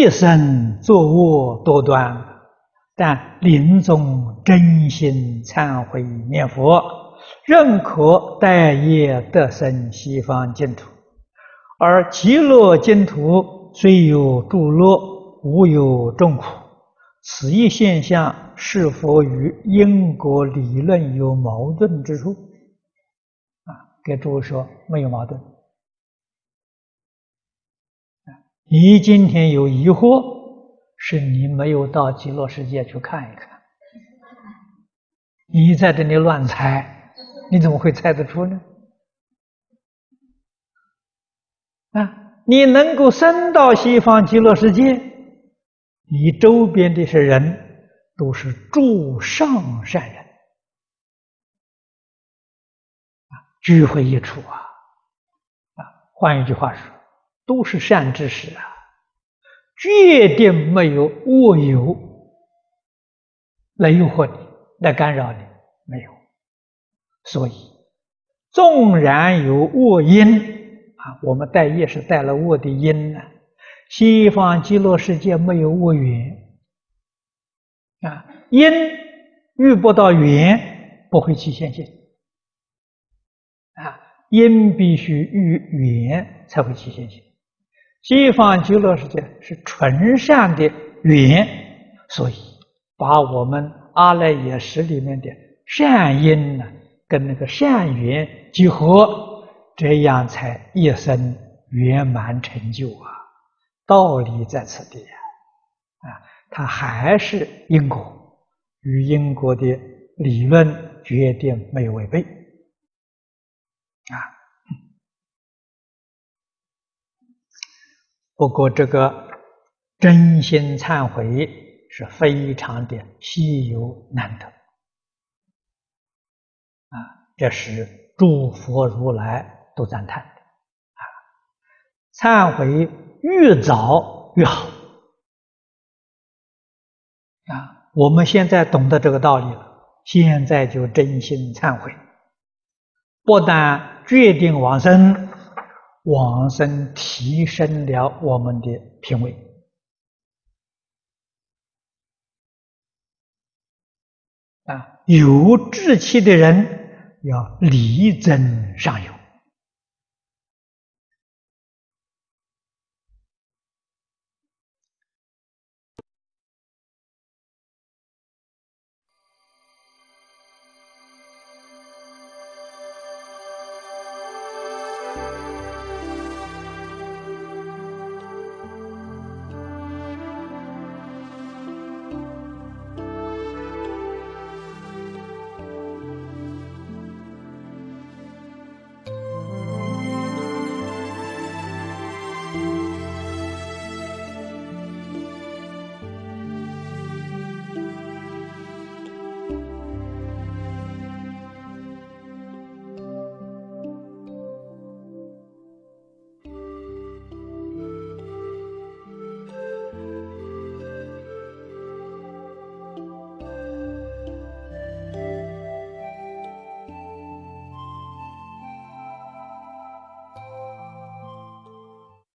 一生作恶多端，但临终真心忏悔念佛，仍可带业得生西方净土。而极乐净土虽有诸乐，无有众苦。此一现象是否与因果理论有矛盾之处？给诸位说没有矛盾。你今天有疑惑，是你没有到极乐世界去看一看。你在这里乱猜，你怎么会猜得出呢？你能够升到西方极乐世界，你周边这些人都是诸上善人，聚会一处换一句话说，都是善知识决定没有恶友来诱惑你，来干扰你，没有。所以纵然有恶因我们带业是带了恶的因西方极乐世界没有恶缘因遇不到缘不会起现行因必须遇缘才会起现行。西方极乐世界是纯善的缘，所以把我们阿赖耶识里面的善因跟那个善缘结合，这样才一生圆满成就道理在此地它还是因果，与因果的理论决定没有违背不过这个真心忏悔是非常的稀有难得这是诸佛如来都赞叹的忏悔越早越好我们现在懂得这个道理了，现在就真心忏悔，不但决定往生，往生提升了我们的品位有志气的人要力争上游